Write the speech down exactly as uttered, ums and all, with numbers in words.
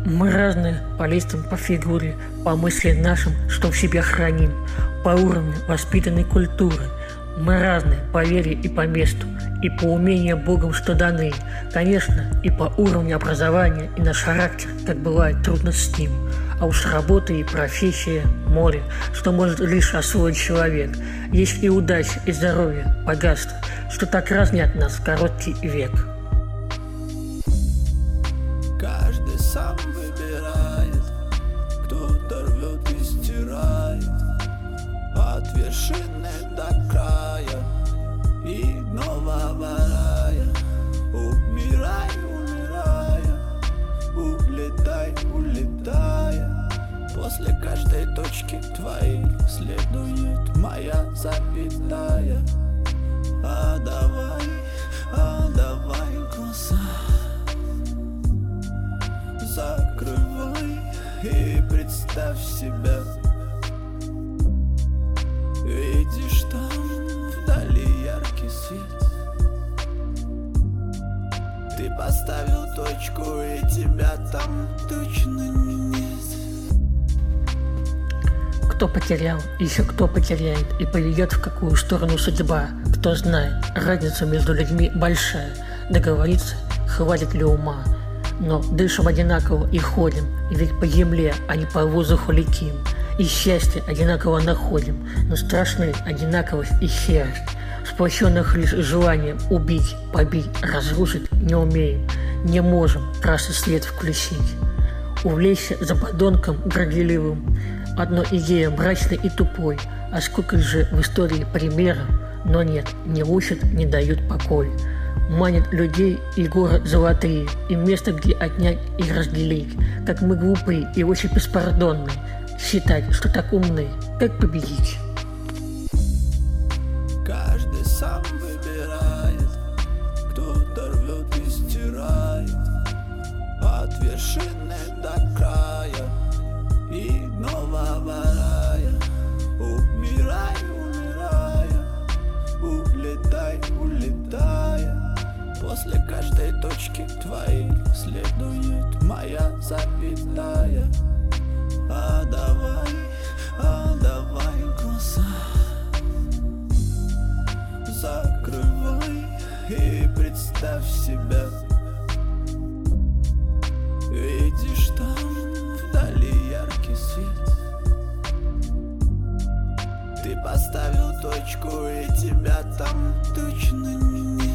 Мы разные по лицам, по фигуре, по мыслям нашим, что в себе храним, по уровню воспитанной культуры. Мы разные по вере и по месту, и по умениям Богом, что даны. Конечно, и по уровню образования, и наш характер, как бывает, трудно с ним. А уж работа и профессия – море, что может лишь освоить человек. Есть и удача, и здоровье, богатство, что так разнят нас в короткий век. Каждый сам выбирает, кто-то рвет и стирает от вершины до края и нового рая. Умирай, умирая, улетай, улетая. После каждой точки твоей следует моя запятая. А давай, а давай глаза закрывай и представь себя. Видишь там вдали яркий свет. Ты поставил точку, и тебя там точно нет. Кто потерял, еще кто потеряет, и поведет в какую сторону судьба. Кто знает, разница между людьми большая. Договориться, хватит ли ума. Но дышим одинаково и ходим, и ведь по земле, а не по воздуху летим. И счастье одинаково находим, но страшны одинаковость и серость. Сплощенных лишь желанием убить, побить, разрушить не умеем, не можем красный свет включить. Увлечься за подонком горделивым, одно идея мрачной и тупой, а сколько же в истории примеров, но нет, не учат, не дают покоя. Манят людей и горы золотые, и место, где отнять и разделить. Как мы глупые и очень беспардонные, считать, что так умны, как победить. Каждый сам выбирает, кто-то рвет и стирает от вершины до края и нового рая. Умирай, умирая, улетай, улетая. После каждой точки твоей следует моя запятая. А давай, а давай глаза закрывай и представь себя. Видишь там вдали яркий свет. Ты поставил точку, и тебя там точно нет.